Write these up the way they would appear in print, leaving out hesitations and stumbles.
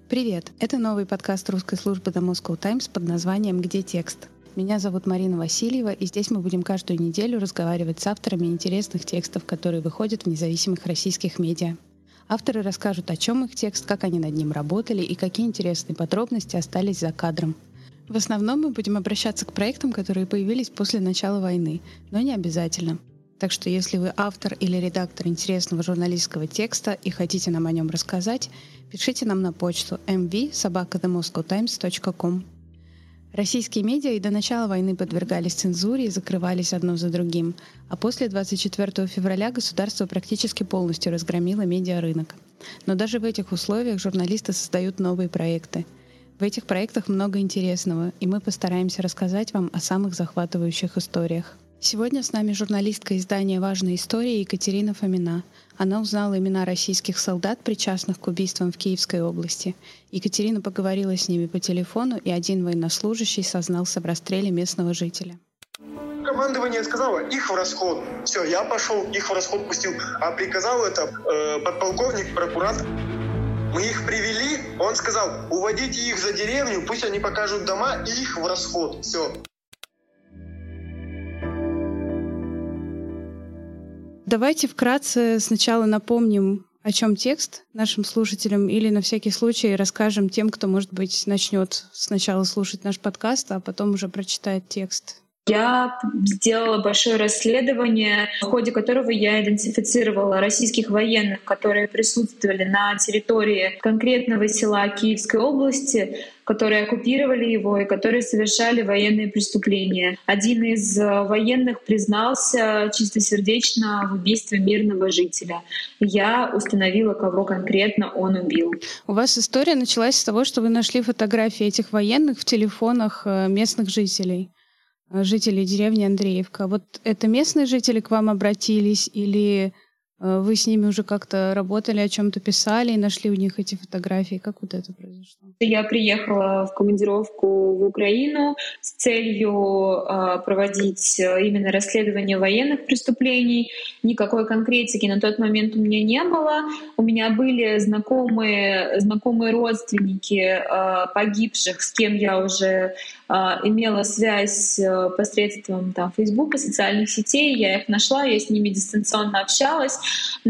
Привет! Это новый подкаст русской службы The Moscow Times под названием «Где текст?». Меня зовут Марина Васильева, и здесь мы будем каждую неделю разговаривать с авторами интересных текстов, которые выходят в независимых российских медиа. Авторы расскажут, о чем их текст, как они над ним работали и какие интересные подробности остались за кадром. В основном мы будем обращаться к проектам, которые появились после начала войны, но не обязательно. Так что если вы автор или редактор интересного журналистского текста и хотите нам о нем рассказать, пишите нам на почту mv@themoscowtimes.com. Российские медиа и до начала войны подвергались цензуре и закрывались одно за другим, а после 24 февраля государство практически полностью разгромило медиарынок. Но даже в этих условиях журналисты создают новые проекты. В этих проектах много интересного, и мы постараемся рассказать вам о самых захватывающих историях. Сегодня с нами журналистка издания «Важные истории» Екатерина Фомина. Она узнала имена российских солдат, причастных к убийствам в Киевской области. Екатерина поговорила с ними по телефону, и один военнослужащий сознался в расстреле местного жителя. Командование сказало, их в расход. Все, я пошел, их в расход пустил. А приказал это подполковник, прокуратор. Мы их привели, он сказал, уводите их за деревню, пусть они покажут дома, и их в расход. Все. Давайте вкратце сначала напомним, о чем текст нашим слушателям, или на всякий случай расскажем тем, кто, может быть, начнет сначала слушать наш подкаст, а потом уже прочитает текст. Я сделала большое расследование, в ходе которого я идентифицировала российских военных, которые присутствовали на территории конкретного села Киевской области, которые оккупировали его и которые совершали военные преступления. Один из военных признался чистосердечно в убийстве мирного жителя. Я установила, кого конкретно он убил. У вас история началась с того, что вы нашли фотографии этих военных в телефонах местных жителей деревни Андреевка. Вот это местные жители к вам обратились, или вы с ними уже как-то работали, о чем-то писали и нашли у них эти фотографии? Как вот это произошло? Я приехала в командировку в Украину с целью проводить именно расследование военных преступлений. Никакой конкретики на тот момент у меня не было. У меня были знакомые родственники погибших, с кем я уже имела связь посредством Фейсбука, социальных сетей. Я их нашла, я с ними дистанционно общалась.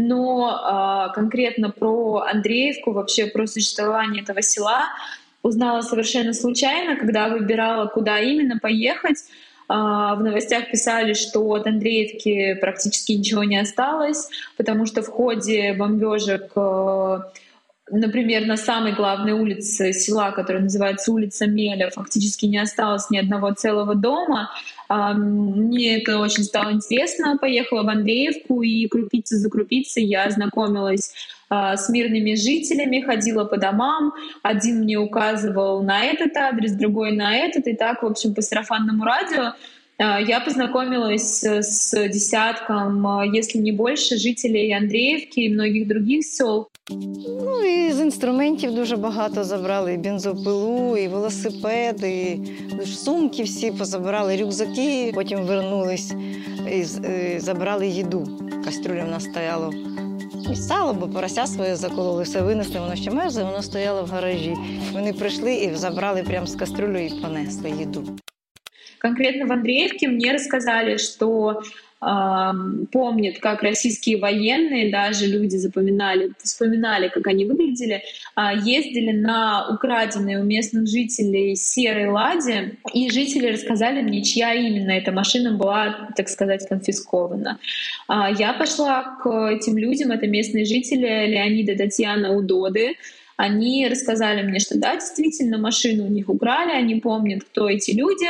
Но конкретно про Андреевку, вообще про существование этого села узнала совершенно случайно, когда выбирала, куда именно поехать. В новостях писали, что от Андреевки практически ничего не осталось, потому что в ходе бомбежек, например, на самой главной улице села, которая называется улица Меля, фактически не осталось ни одного целого дома. Мне это очень стало интересно. Поехала в Андреевку, и крупица за крупицей я ознакомилась с мирными жителями, ходила по домам. Один мне указывал на этот адрес, другой на этот. И так, в общем, по сарафанному радио я познакомилась с десятком, если не больше, жителей Андріївки і многих других сел. Ну і з інструментів дуже багато забрали. І бензопилу, і велосипеди, і сумки всі позабирали, рюкзаки. Потім вернулись і забрали їду. Кастрюля в нас стояла. І сало, бо порося своє закололи, все винесли, воно ще мерзле, воно стояло в гаражі. Вони прийшли і забрали прямо з кастрюлю і понесли їду. Конкретно в Андреевке мне рассказали, что помнят, как российские военные, даже люди вспоминали, как они выглядели, ездили на украденной у местных жителей серой «Ладе», и жители рассказали мне, чья именно эта машина была, так сказать, конфискована. Я пошла к этим людям, это местные жители Леонид и Татьяна Удоды. Они рассказали мне, что да, действительно, машину у них украли, они помнят, кто эти люди.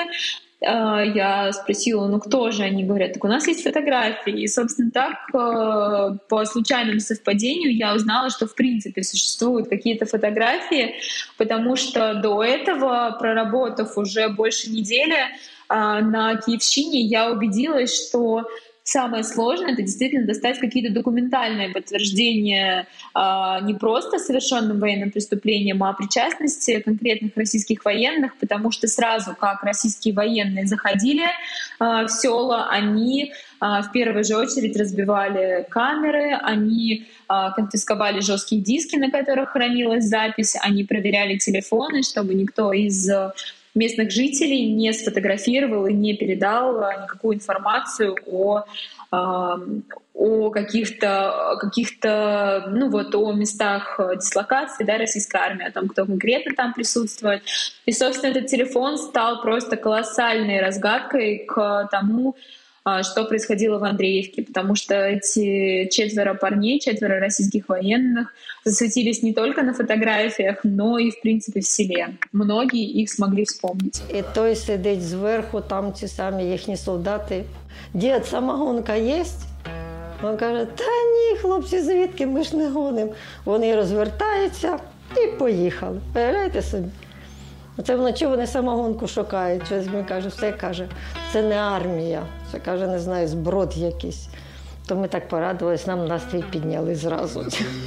Я спросила, кто же? Они говорят, так у нас есть фотографии. И, собственно, так по случайному совпадению я узнала, что в принципе существуют какие-то фотографии, потому что до этого, проработав уже больше недели на Киевщине, я убедилась, что самое сложное — это действительно достать какие-то документальные подтверждения не просто совершенным военным преступлением, а причастности конкретных российских военных, потому что сразу, как российские военные заходили в села, они в первую же очередь разбивали камеры, они конфисковали жесткие диски, на которых хранилась запись, они проверяли телефоны, чтобы никто из местных жителей не сфотографировал и не передал никакую информацию о каких-то, о местах дислокации, да, российской армии, о том, кто конкретно там присутствует. И, собственно, этот телефон стал просто колоссальной разгадкой к тому, что происходило в Андреевке, потому что эти 4 парней, 4 российских военных засветились не только на фотографиях, но и, в принципе, в селе. Многие их смогли вспомнить. І той сидить зверху, там ті самі їхні солдати. Дід, самогонка є? Він каже, та ні, хлопці, звідки, ми ж не гонимо. Вони розвертаються і поїхали. Уявляєте собі? Це вночі вони самогонку шукають. Щось він каже, все каже, це не армія. Це, каже, не знаю, зброд якийсь. То ми так порадувались, нам настрій підняли зразу.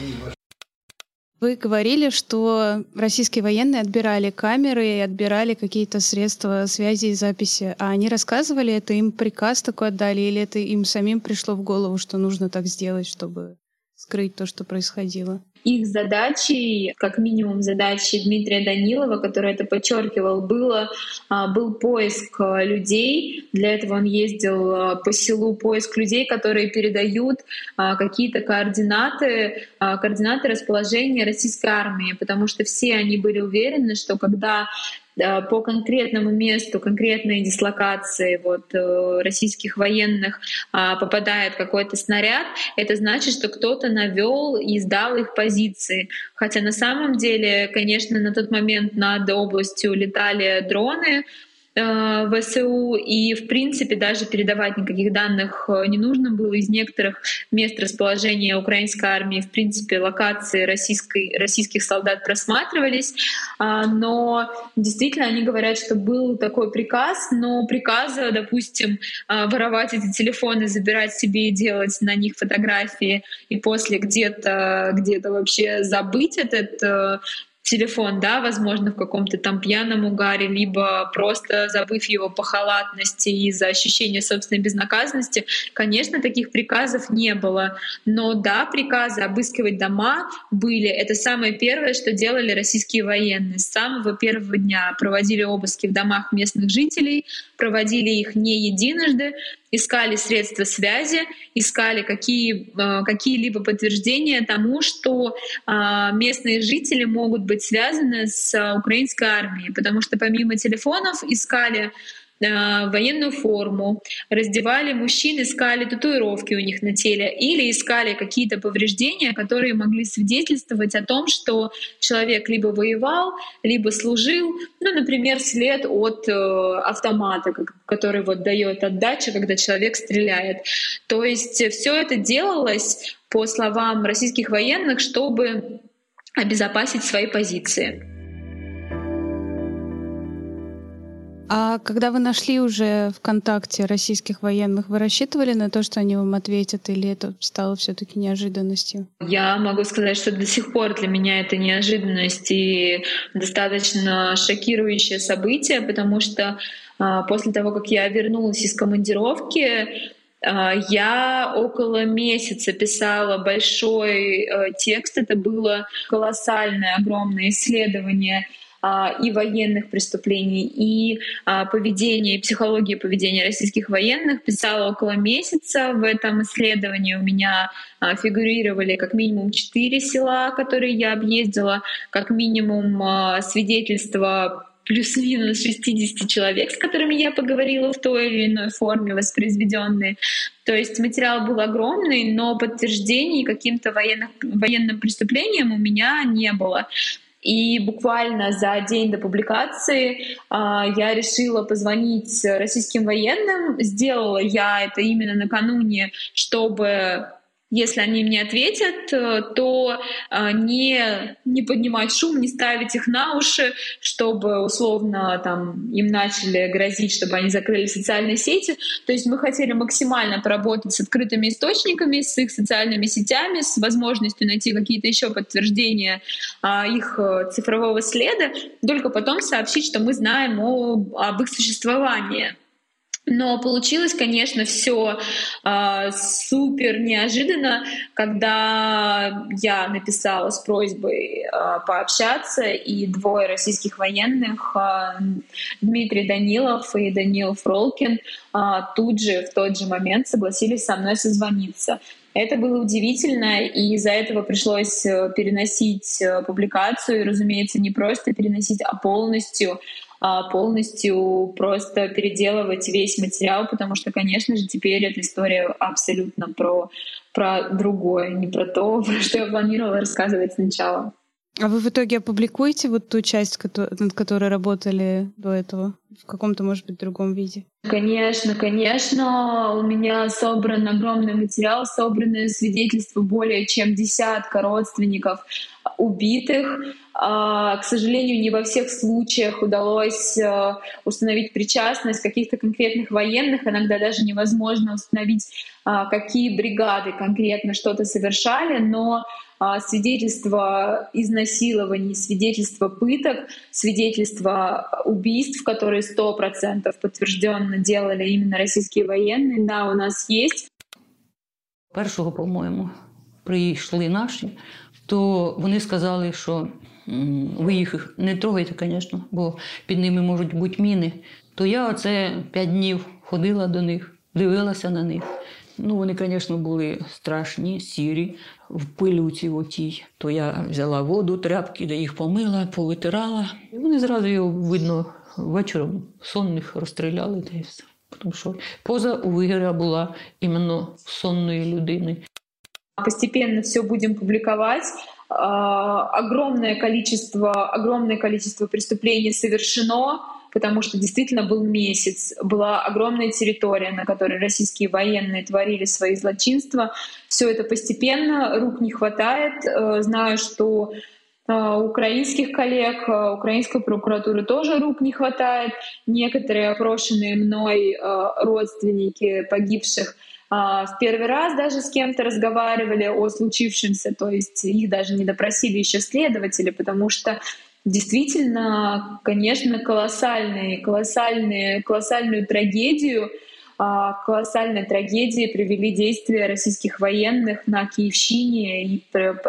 Вы говорили, что российские военные отбирали камеры и отбирали какие-то средства связи и записи. А они рассказывали, это им приказ такой отдали, или это им самим пришло в голову, что нужно так сделать, чтобы скрыть то, что происходило? Их задачей, как минимум задачей Дмитрия Данилова, который это подчеркивал, был поиск людей. Для этого он ездил по селу, поиск людей, которые передают какие-то координаты расположения российской армии, потому что все они были уверены, что когда по конкретному месту, конкретной дислокации российских военных попадает какой-то снаряд, это значит, что кто-то навёл и сдал их позиции. Хотя на самом деле, конечно, на тот момент над областью летали дроны ВСУ, и, в принципе, даже передавать никаких данных не нужно было. Из некоторых мест расположения украинской армии, в принципе, локации российских солдат просматривались, но действительно они говорят, что был такой приказ, но приказа, допустим, воровать эти телефоны, забирать себе и делать на них фотографии, и после где-то вообще забыть этот телефон, да, возможно, в каком-то там пьяном угаре, либо просто забыв его по халатности из-за ощущения собственной безнаказанности. Конечно, таких приказов не было. Но да, приказы обыскивать дома были. Это самое первое, что делали российские военные. С самого первого дня проводили обыски в домах местных жителей, проводили их не единожды, искали средства связи, искали какие-либо подтверждения тому, что местные жители могут быть связаны с украинской армией, потому что помимо телефонов искали военную форму, раздевали мужчин, искали татуировки у них на теле или искали какие-то повреждения, которые могли свидетельствовать о том, что человек либо воевал, либо служил, например, след от автомата, который даёт отдачу, когда человек стреляет. То есть все это делалось, по словам российских военных, чтобы обезопасить свои позиции. А когда вы нашли уже ВКонтакте российских военных, вы рассчитывали на то, что они вам ответят, или это стало все-таки неожиданностью? Я могу сказать, что до сих пор для меня это неожиданность и достаточно шокирующее событие, потому что после того, как я вернулась из командировки, я около месяца писала большой текст. Это было колоссальное, огромное исследование и военных преступлений, и поведения, и психологии поведения российских военных. Писала около месяца. В этом исследовании у меня фигурировали как минимум 4 села, которые я объездила, как минимум свидетельства плюс-минус 60 человек, с которыми я поговорила в той или иной форме, воспроизведенные. То есть материал был огромный, но подтверждений каким-то военным преступлениям у меня не было. И буквально за день до публикации я решила позвонить российским военным. Сделала я это именно накануне, чтобы Если они мне ответят, то не поднимать шум, не ставить их на уши, чтобы условно там, им начали грозить, чтобы они закрыли социальные сети. То есть мы хотели максимально поработать с открытыми источниками, с их социальными сетями, с возможностью найти какие-то еще подтверждения их цифрового следа, только потом сообщить, что мы знаем об их существовании. Но получилось, конечно, все супер неожиданно, когда я написала с просьбой пообщаться, и двое российских военных, Дмитрий Данилов и Даниил Фролкин, тут же, в тот же момент согласились со мной созвониться. Это было удивительно, и из-за этого пришлось переносить публикацию, и, разумеется, не просто переносить, а полностью просто переделывать весь материал, потому что, конечно же, теперь эта история абсолютно про другое, не про то, что я планировала рассказывать сначала. А вы в итоге опубликуете вот ту часть, над которой работали до этого, в каком-то, может быть, другом виде? Конечно. У меня собран огромный материал, собраны свидетельства более чем десятка родственников убитых. К сожалению, не во всех случаях удалось установить причастность каких-то конкретных военных. Иногда даже невозможно установить, какие бригады конкретно что-то совершали, но свидетельства изнасилований, свидетельства пыток, свидетельства убийств, которые 100% подтвержденно делали именно российские военные, да, у нас есть. Першого, по-моєму, прийшли наші, то вони сказали, що ви їх не трогайте, звісно, бо під ними можуть бути міни. То я оце 5 днів ходила до них, дивилася на них. Ну, вони, звісно, були страшні, сірі, в пилюці отій. То я взяла воду, тряпки, де їх помила, повитирала. І вони зразу його, видно, вечором сонних розстріляли, та і все. Тому що поза у Ігоря була іменно сонної людини. Постепенно все будем публиковать. Огромное количество преступлений совершено, потому что действительно был месяц, была огромная территория, на которой российские военные творили свои злочинства. Все это постепенно, рук не хватает. Знаю, что украинских коллег, украинской прокуратуры тоже рук не хватает. Некоторые опрошенные мной родственники погибших в первый раз даже с кем-то разговаривали о случившемся, то есть их даже не допросили еще следователи, потому что действительно, конечно, колоссальную трагедию, колоссальной трагедии привели действия российских военных на Киевщине, и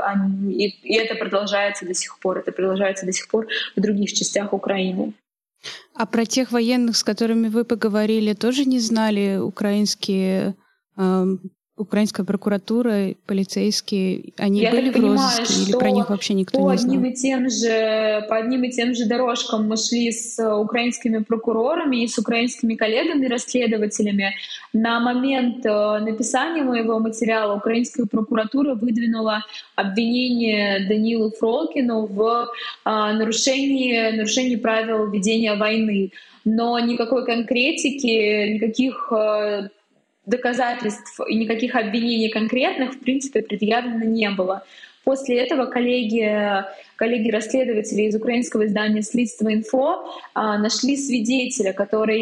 это продолжается до сих пор. Это продолжается до сих пор в других частях Украины. А про тех военных, с которыми вы поговорили, тоже не знали украинская прокуратура, полицейские, они были в розыске или про них вообще никто не знал? По одним и тем же дорожкам мы шли с украинскими прокурорами и с украинскими коллегами-расследователями. На момент написания моего материала украинская прокуратура выдвинула обвинение Даниилу Фролкину в нарушении правил ведения войны. Но никакой конкретики, никаких доказательств и никаких обвинений конкретных, в принципе, предъявлено не было. После этого коллеги-расследователи из украинского издания «Следство.Инфо» нашли свидетеля,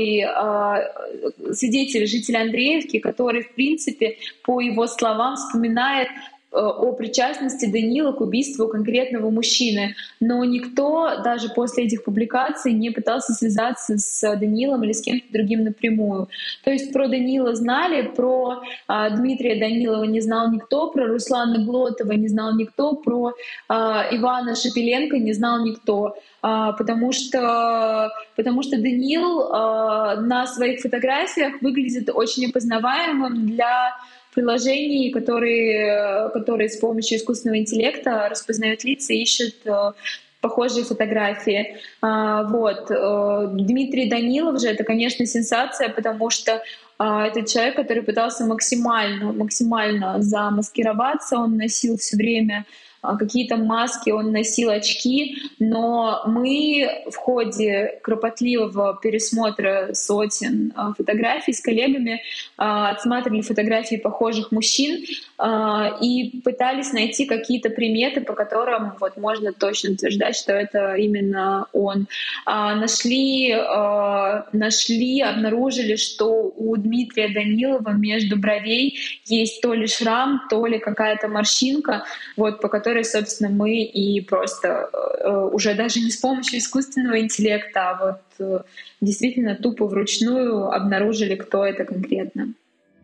жителя Андреевки, который, в принципе, по его словам, вспоминает о причастности Даниила к убийству конкретного мужчины. Но никто даже после этих публикаций не пытался связаться с Даниилом или с кем-то другим напрямую. То есть про Даниила знали, про Дмитрия Данилова не знал никто, про Руслана Глотова не знал никто, про Ивана Шепеленко не знал никто. Потому что Даниил на своих фотографиях выглядит очень опознаваемым для приложений, которые с помощью искусственного интеллекта распознают лица и ищут похожие фотографии. Дмитрий Данилов же — это, конечно, сенсация, потому что это человек, который пытался максимально замаскироваться. Он носил все время какие-то маски, он носил очки, но мы в ходе кропотливого пересмотра сотен фотографий с коллегами отсматривали фотографии похожих мужчин и пытались найти какие-то приметы, по которым вот можно точно утверждать, что это именно он. Нашли, обнаружили, что у Дмитрия Данилова между бровей есть то ли шрам, то ли какая-то морщинка, вот, по которой, собственно, мы и просто уже даже не с помощью искусственного интеллекта, а вот действительно тупо вручную обнаружили, кто это конкретно.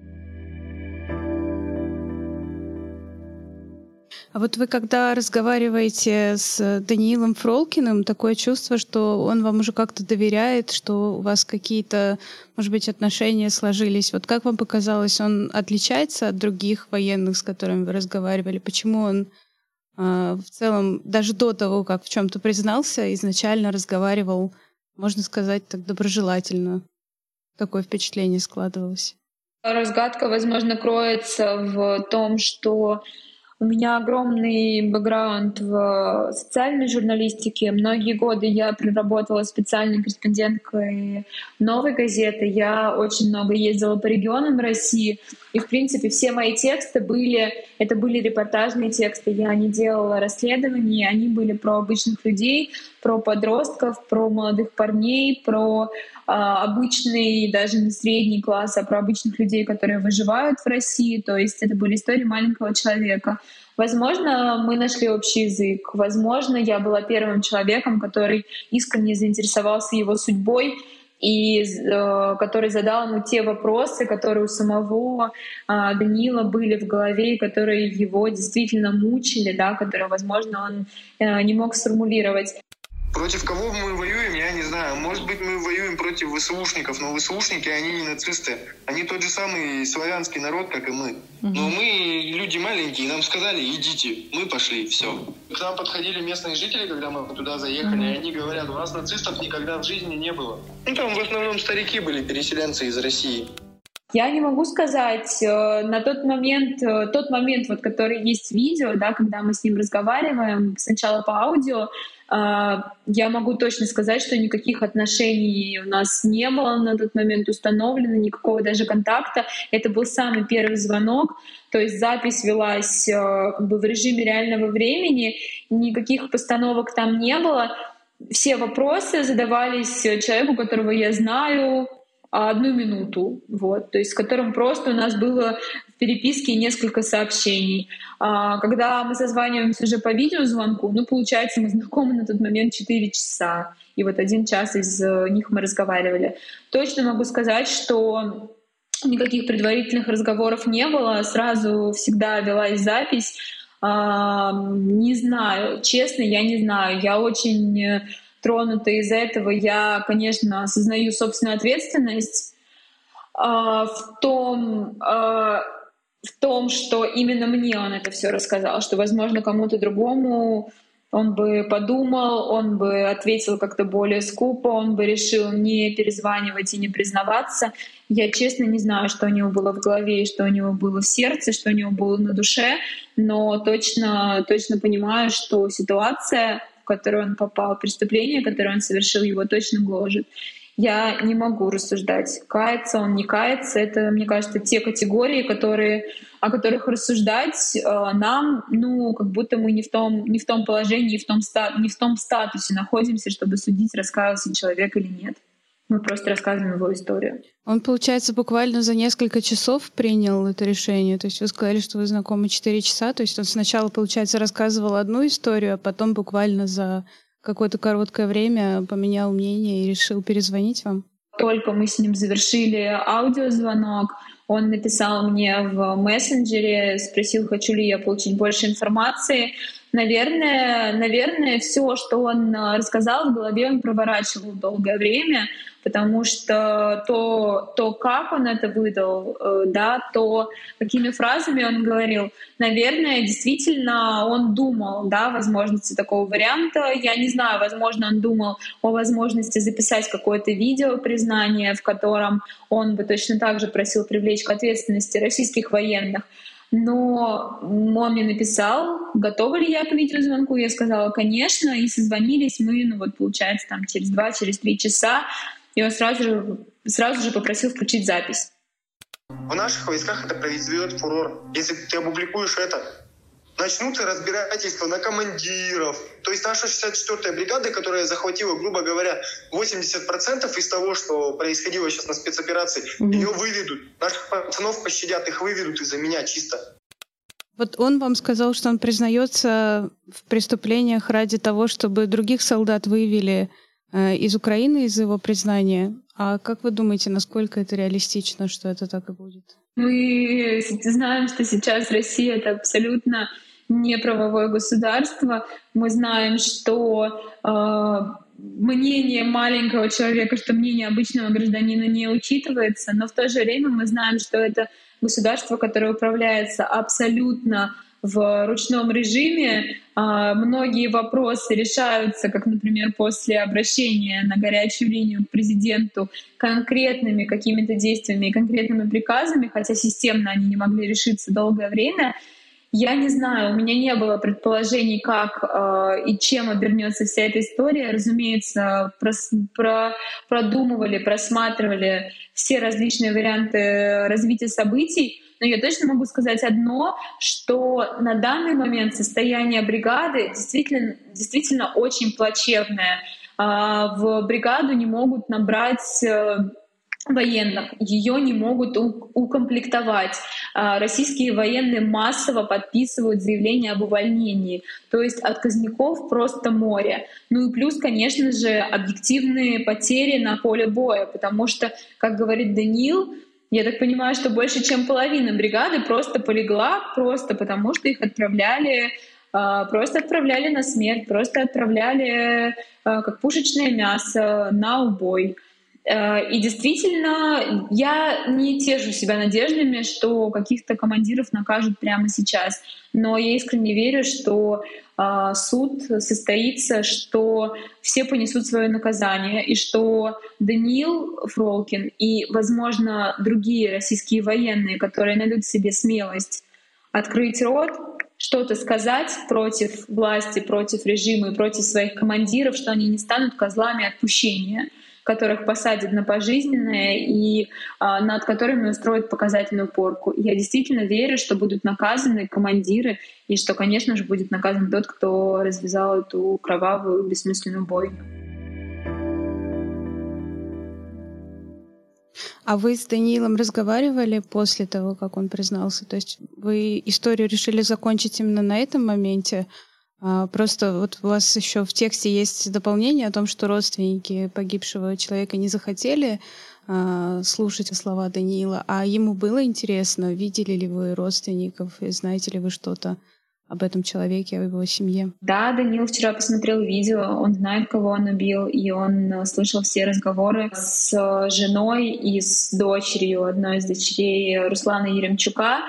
А вот вы когда разговариваете с Даниилом Фролкиным, такое чувство, что он вам уже как-то доверяет, что у вас какие-то, может быть, отношения сложились. Вот как вам показалось, он отличается от других военных, с которыми вы разговаривали? Почему он в целом, даже до того, как в чем-то признался, изначально разговаривал, можно сказать, так доброжелательно? Такое впечатление складывалось. Разгадка, возможно, кроется в том, что у меня огромный бэкграунд в социальной журналистике. Многие годы я проработала специальной корреспонденткой «Новой газеты». Я очень много ездила по регионам России. И, в принципе, все мои тексты были репортажные тексты. Я не делала расследований, они были про обычных людей, про подростков, про молодых парней, про обычный, даже не средний класс, а про обычных людей, которые выживают в России. То есть это были истории маленького человека. Возможно, мы нашли общий язык. Возможно, я была первым человеком, который искренне заинтересовался его судьбой и который задал ему те вопросы, которые у самого Даниила были в голове, и которые его действительно мучили, да, которые, возможно, он не мог сформулировать. Против кого мы воюем, я не знаю. Может быть, мы воюем против ВСУшников, но ВСУшники, они не нацисты. Они тот же самый славянский народ, как и мы. Но мы люди маленькие, нам сказали, идите. Мы пошли, все. К нам подходили местные жители, когда мы туда заехали, и они говорят, у нас нацистов никогда в жизни не было. Ну, там в основном старики были, переселенцы из России. Я не могу сказать, на тот момент, вот, который есть в видео, да, когда мы с ним разговариваем, сначала по аудио, я могу точно сказать, что никаких отношений у нас не было на тот момент установлено, никакого даже контакта. Это был самый первый звонок, то есть запись велась в режиме реального времени, никаких постановок там не было. Все вопросы задавались человеку, которого я знаю, 1 минуту, вот, то есть с которым просто у нас было в переписке несколько сообщений. Когда мы созваниваемся уже по видеозвонку, получается, мы знакомы на тот момент 4 часа, и вот 1 час из них мы разговаривали. Точно могу сказать, что никаких предварительных разговоров не было, сразу всегда велась запись. Не знаю, честно, я не знаю, я очень тронута из этого. Я, конечно, осознаю собственную ответственность в том, что именно мне он это все рассказал, что, возможно, кому-то другому он бы подумал, он бы ответил как-то более скупо, он бы решил не перезванивать и не признаваться. Я, честно, не знаю, что у него было в голове и что у него было в сердце, что у него было на душе, но точно понимаю, что ситуация, в которую он попал, преступление, которое он совершил, его точно гложет. Я не могу рассуждать, кается он, не кается. Это, мне кажется, те категории, о которых рассуждать нам, как будто мы не в том положении, не в том статусе находимся, чтобы судить, раскаялся человек или нет. Мы просто рассказываем его историю. Он, получается, буквально за несколько часов принял это решение. То есть вы сказали, что вы знакомы 4 часа. То есть он сначала, получается, рассказывал одну историю, а потом буквально за какое-то короткое время поменял мнение и решил перезвонить вам? Только мы с ним завершили аудиозвонок, он написал мне в мессенджере, спросил, хочу ли я получить больше информации. Наверное, все, что он рассказал, в голове он проворачивал долгое время, потому что то, как он это выдал, то, какими фразами он говорил, наверное, действительно он думал, о возможности такого варианта. Я не знаю, возможно, он думал о возможности записать какое-то видео признание, в котором он бы точно так же просил привлечь к ответственности российских военных. Но он мне написал, готова ли я по видеозвонку. Я сказала, конечно, и созвонились мы, получается, там через 2-3 часа, и он сразу же попросил включить запись. В наших войсках это произведет фурор. Если ты опубликуешь это, начнутся разбирательства на командиров. То есть наша 64-я бригада, которая захватила, грубо говоря, 80% из того, что происходило сейчас на спецоперации, ее выведут. Наших пацанов пощадят, их выведут из-за меня чисто. Вот он вам сказал, что он признается в преступлениях ради того, чтобы других солдат вывели из Украины из-за его признания. А как вы думаете, насколько это реалистично, что это так и будет? Мы знаем, что сейчас Россия — это абсолютно неправовое государство. Мы знаем, что мнение маленького человека, что мнение обычного гражданина не учитывается, но в то же время мы знаем, что это государство, которое управляется абсолютно в ручном режиме. Многие вопросы решаются, как, например, после обращения на горячую линию к президенту конкретными какими-то действиями и конкретными приказами, хотя системно они не могли решиться долгое время. Я не знаю, у меня не было предположений, как и чем обернется вся эта история. Разумеется, продумывали, просматривали все различные варианты развития событий. Но я точно могу сказать одно, что на данный момент состояние бригады действительно очень плачевное. В бригаду не могут набрать военных, ее не могут укомплектовать. Российские военные массово подписывают заявление об увольнении. То есть отказников просто море. Ну и плюс, конечно же, объективные потери на поле боя, потому что, как говорит Даниил, я так понимаю, что больше чем половина бригады просто полегла, просто потому что их отправляли на смерть, просто отправляли как пушечное мясо на убой. И действительно, я не тешу себя надеждами, что каких-то командиров накажут прямо сейчас. Но я искренне верю, что суд состоится, что все понесут свое наказание, и что Даниил Фролкин и, возможно, другие российские военные, которые найдут в себе смелость открыть рот, что-то сказать против власти, против режима и против своих командиров, что они не станут козлами отпущения, которых посадят на пожизненное и над которыми устроят показательную порку. Я действительно верю, что будут наказаны командиры и что, конечно же, будет наказан тот, кто развязал эту кровавую, бессмысленную бойню. А вы с Даниилом разговаривали после того, как он признался? То есть вы историю решили закончить именно на этом моменте? Просто вот у вас еще в тексте есть дополнение о том, что родственники погибшего человека не захотели слушать слова Даниила, а ему было интересно, видели ли вы родственников, и знаете ли вы что-то об этом человеке, о его семье? Да, Даниил вчера посмотрел видео, он знает, кого он убил, и он слышал все разговоры с женой и с дочерью, одной из дочерей Руслана Еремчука.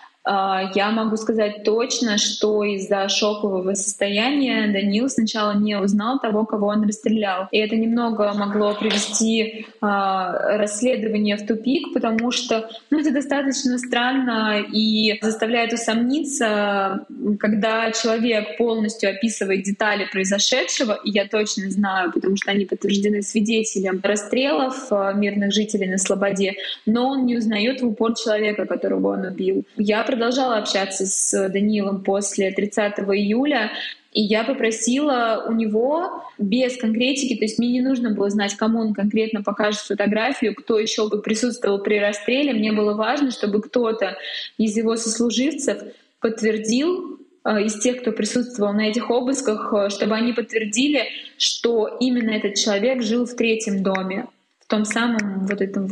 Я могу сказать точно, что из-за шокового состояния Даниил сначала не узнал того, кого он расстрелял. И это немного могло привести расследование в тупик, потому что это достаточно странно и заставляет усомниться, когда человек полностью описывает детали произошедшего, и я точно знаю, потому что они подтверждены свидетелем расстрелов мирных жителей на Слободе, но он не узнает в упор человека, которого он убил. Я продолжала общаться с Даниилом после 30 июля, и я попросила у него без конкретики, то есть мне не нужно было знать, кому он конкретно покажет фотографию, кто еще бы присутствовал при расстреле. Мне было важно, чтобы кто-то из его сослуживцев подтвердил, из тех, кто присутствовал на этих обысках, чтобы они подтвердили, что именно этот человек жил в 3-м доме, в том самом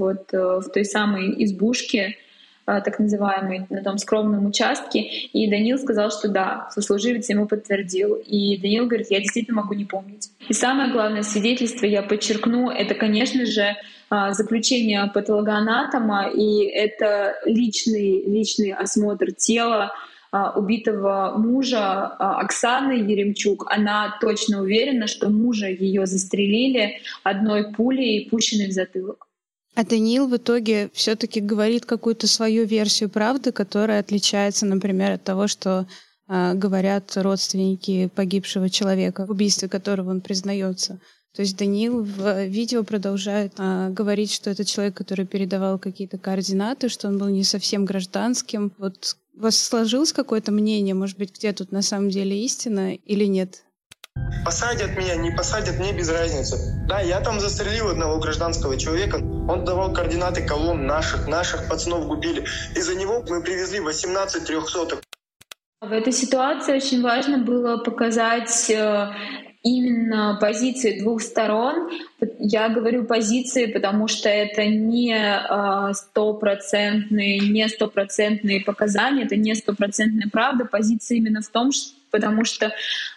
в той самой избушке, так называемый, на том скромном участке. И Даниил сказал, что да, сослуживец ему подтвердил. И Даниил говорит, я действительно могу не помнить. И самое главное свидетельство, я подчеркну, это, конечно же, заключение патологоанатома, и это личный осмотр тела убитого мужа Оксаны Еремчук. Она точно уверена, что мужа ее застрелили одной пулей, пущенной в затылок. А Даниил в итоге все-таки говорит какую-то свою версию правды, которая отличается, например, от того, что говорят родственники погибшего человека, в убийстве которого он признается. То есть Даниил в видео продолжает говорить, что это человек, который передавал какие-то координаты, что он был не совсем гражданским. Вот у вас сложилось какое-то мнение, может быть, где тут на самом деле истина или нет? Посадят меня, не посадят, мне без разницы. Да, я там застрелил одного гражданского человека. Он давал координаты колонн наших пацанов губили. Из-за него мы привезли 18 трехсотых. В этой ситуации очень важно было показать именно позиции двух сторон. Я говорю позиции, потому что это не стопроцентные показания, это не стопроцентная правда. Позиция именно в том, потому что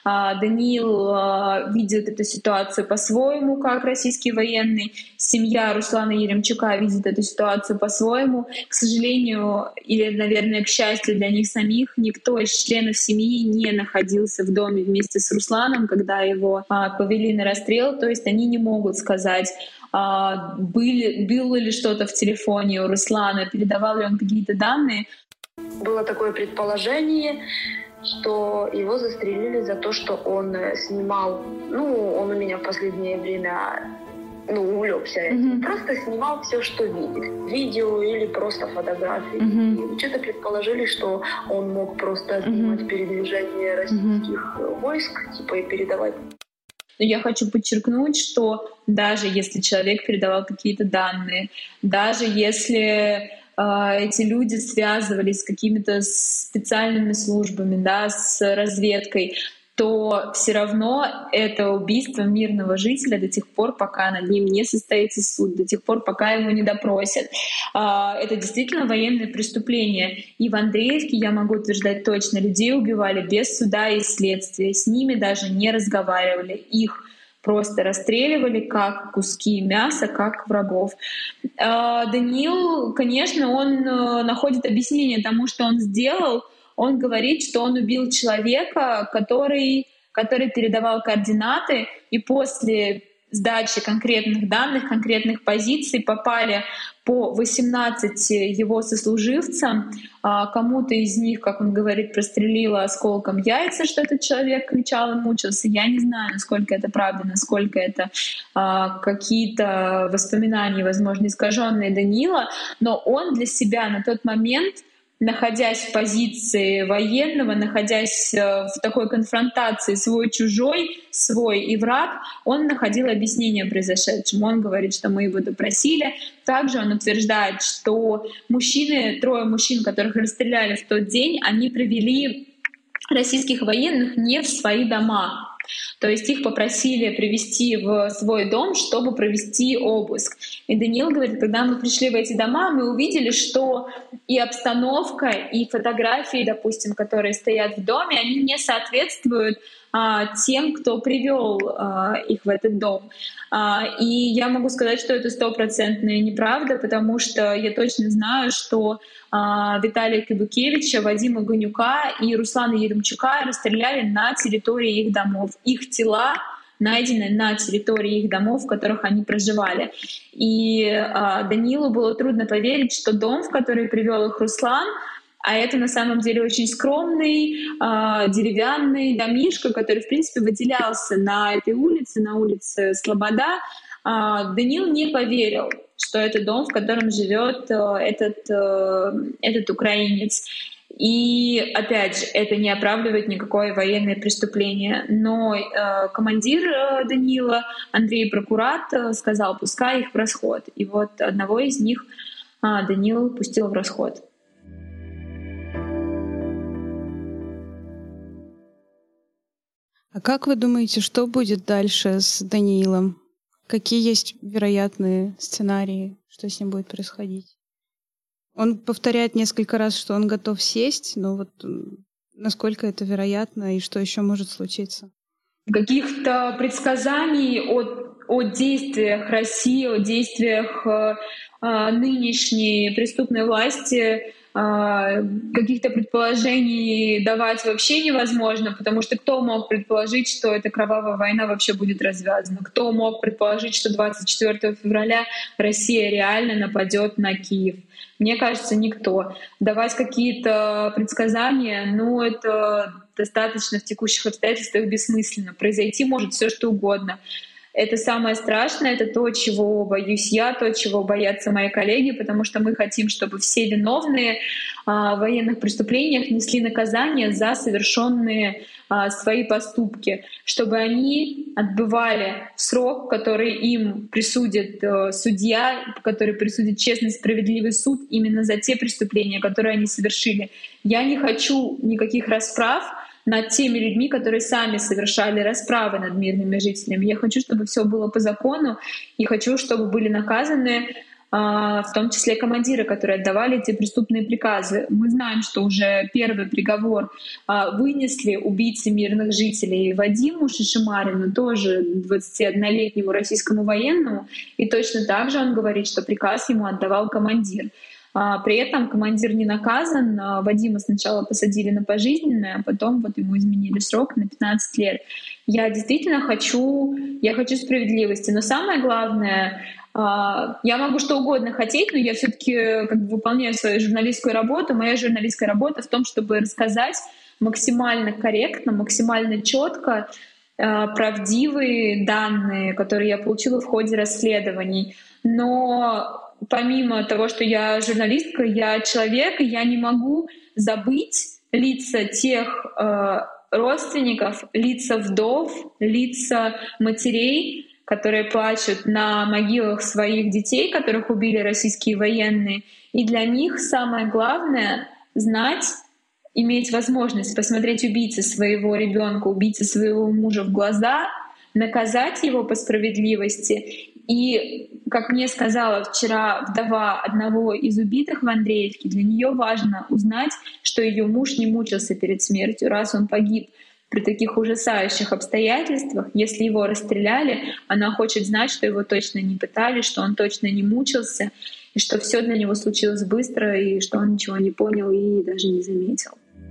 Даниил видит эту ситуацию по-своему, как российский военный. Семья Руслана Еремчука видит эту ситуацию по-своему. К сожалению, или, наверное, к счастью для них самих, никто из членов семьи не находился в доме вместе с Русланом, когда его повели на расстрел. То есть они не могут сказать, было ли что-то в телефоне у Руслана, передавал ли он какие-то данные. Было такое предположение, что его застрелили за то, что он снимал, он у меня в последнее время, увлекся этим. Просто снимал все, что видит. Видео или просто фотографии. И что-то предположили, что он мог просто снимать передвижение российских войск, и передавать. Но я хочу подчеркнуть, что даже если человек передавал какие-то данные, даже если эти люди связывались с какими-то специальными службами, с разведкой, то все равно это убийство мирного жителя до тех пор, пока над ним не состоится суд, до тех пор, пока его не допросят. Это действительно военное преступление. И в Андреевке, я могу утверждать точно, людей убивали без суда и следствия, с ними даже не разговаривали, их просто расстреливали как куски мяса, как врагов. Даниил, конечно, он находит объяснение тому, что он сделал. Он говорит, что он убил человека, который передавал координаты, и после сдачи конкретных данных, конкретных позиций попали по 18 его сослуживцам. Кому-то из них, как он говорит, прострелило осколком яйца, что этот человек кричал и мучился. Я не знаю, насколько это правда, насколько это какие-то воспоминания, возможно, искаженные Даниила, но он для себя на тот момент, находясь в позиции военного, находясь в такой конфронтации свой-чужой, свой и враг, он находил объяснение произошедшему. Он говорит, что мы его допросили. Также он утверждает, что трое мужчин, которых расстреляли в тот день, они привели российских военных не в свои дома. То есть их попросили привести в свой дом, чтобы провести обыск. И Даниил говорит, когда мы пришли в эти дома, мы увидели, что и обстановка, и фотографии, допустим, которые стоят в доме, они не соответствуют тем, кто привел их в этот дом. И я могу сказать, что это стопроцентная неправда, потому что я точно знаю, что Виталия Кабукевича, Вадима Ганюка и Руслана Еремчука расстреляли на территории их домов. Их тела найдены на территории их домов, в которых они проживали. И Даниилу было трудно поверить, что дом, в который привел их Руслан, а это на самом деле очень скромный деревянный домишко, который, в принципе, выделялся на этой улице, на улице Слобода. Даниил не поверил, что это дом, в котором живет этот украинец. И опять же, это не оправдывает никакое военное преступление. Но командир Даниила, Андрей Прокурат, сказал, пускай их в расход. И вот одного из них Даниил пустил в расход. А как вы думаете, что будет дальше с Даниилом? Какие есть вероятные сценарии, что с ним будет происходить? Он повторяет несколько раз, что он готов сесть, но вот насколько это вероятно и что еще может случиться? Каких-то предсказаний о действиях России, о действиях нынешней преступной власти каких-то предположений давать вообще невозможно, потому что кто мог предположить, что эта кровавая война вообще будет развязана? Кто мог предположить, что 24 февраля Россия реально нападет на Киев? Мне кажется, никто. Давать какие-то предсказания, это достаточно в текущих обстоятельствах бессмысленно. Произойти может все что угодно. Это самое страшное, это то, чего боюсь я, то, чего боятся мои коллеги, потому что мы хотим, чтобы все виновные в военных преступлениях несли наказание за совершенные свои поступки, чтобы они отбывали срок, который им присудит судья, который присудит честный, справедливый суд именно за те преступления, которые они совершили. Я не хочу никаких расправ над теми людьми, которые сами совершали расправы над мирными жителями. Я хочу, чтобы все было по закону, и хочу, чтобы были наказаны в том числе командиры, которые отдавали эти преступные приказы. Мы знаем, что уже первый приговор вынесли убийце мирных жителей Вадиму Шишимарину, тоже 21-летнему российскому военному, и точно так же он говорит, что приказ ему отдавал командир. При этом командир не наказан. Вадима сначала посадили на пожизненное, а потом ему изменили срок на 15 лет. Я действительно хочу справедливости. Но самое главное, я могу что угодно хотеть, но я все-таки выполняю свою журналистскую работу. Моя журналистская работа в том, чтобы рассказать максимально корректно, максимально четко правдивые данные, которые я получила в ходе расследований. Но помимо того, что я журналистка, я человек, и я не могу забыть лица тех родственников, лица вдов, лица матерей, которые плачут на могилах своих детей, которых убили российские военные. И для них самое главное — знать, иметь возможность посмотреть убийце своего ребенка, убийце своего мужа в глаза, наказать его по справедливости. И, как мне сказала вчера вдова одного из убитых в Андреевке, для нее важно узнать, что ее муж не мучился перед смертью, раз он погиб при таких ужасающих обстоятельствах. Если его расстреляли, она хочет знать, что его точно не пытали, что он точно не мучился, и что все для него случилось быстро, и что он ничего не понял и даже не заметил.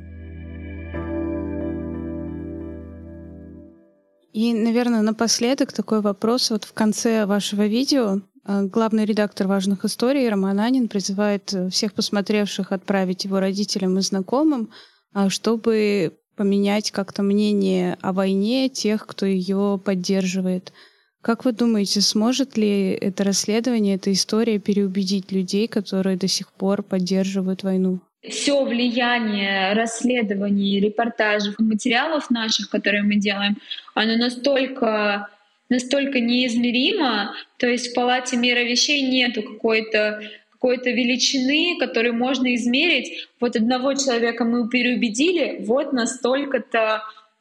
И, наверное, напоследок такой вопрос. В конце вашего видео главный редактор «Важных историй» Роман Анин призывает всех посмотревших отправить его родителям и знакомым, чтобы поменять как-то мнение о войне тех, кто ее поддерживает. Как вы думаете, сможет ли это расследование, эта история переубедить людей, которые до сих пор поддерживают войну? Все влияние расследований, репортажей, материалов наших, которые мы делаем, оно настолько неизмеримо. То есть в палате меры вещей нету какой-то величины, которую можно измерить. Одного человека мы переубедили, настолько-то,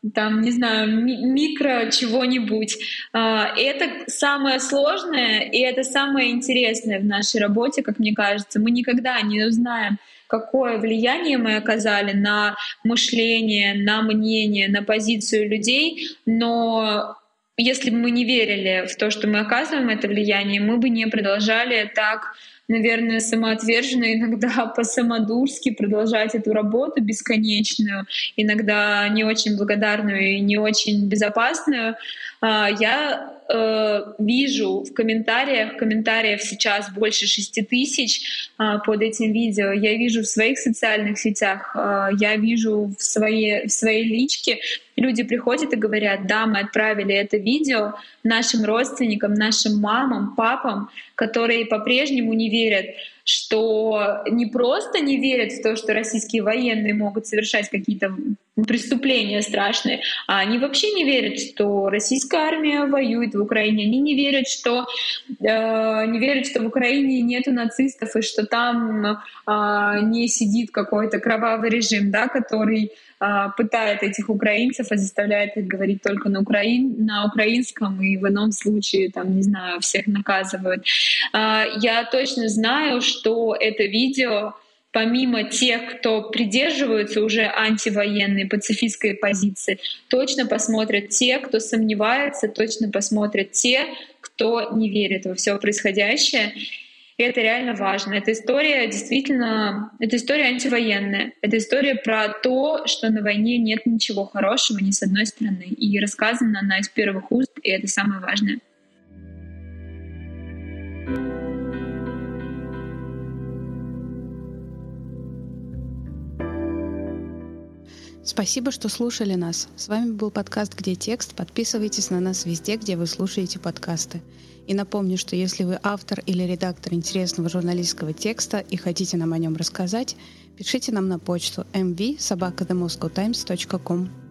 микро чего-нибудь. Это самое сложное, и это самое интересное в нашей работе, как мне кажется. Мы никогда не узнаем, какое влияние мы оказали на мышление, на мнение, на позицию людей, но если бы мы не верили в то, что мы оказываем это влияние, мы бы не продолжали так, наверное, самоотверженно, иногда по-самодурски продолжать эту работу бесконечную, иногда не очень благодарную и не очень безопасную. Я вижу в комментариев сейчас больше 6000 под этим видео. Я вижу в своих социальных сетях, я вижу в своей личке. Люди приходят и говорят: да, мы отправили это видео нашим родственникам, нашим мамам, папам, которые по-прежнему не верят, что не просто не верят в то, что российские военные могут совершать какие-то преступления страшные, а они вообще не верят, что российская армия воюет в Украине. Они не верят, что в Украине нету нацистов и что там не сидит какой-то кровавый режим, который пытает этих украинцев и заставляет их говорить только на украинском, и в ином случае, всех наказывают. Я точно знаю, что это видео, помимо тех, кто придерживается уже антивоенной пацифистской позиции, точно посмотрят те, кто сомневается, точно посмотрят те, кто не верит во все происходящее. И это реально важно. Эта история действительно, это история антивоенная. Это история про то, что на войне нет ничего хорошего ни с одной стороны. И рассказана она из первых уст, и это самое важное. Спасибо, что слушали нас. С вами был подкаст «Где текст?». Подписывайтесь на нас везде, где вы слушаете подкасты. И напомню, что если вы автор или редактор интересного журналистского текста и хотите нам о нем рассказать, пишите нам на почту mv@themoscowtimes.com.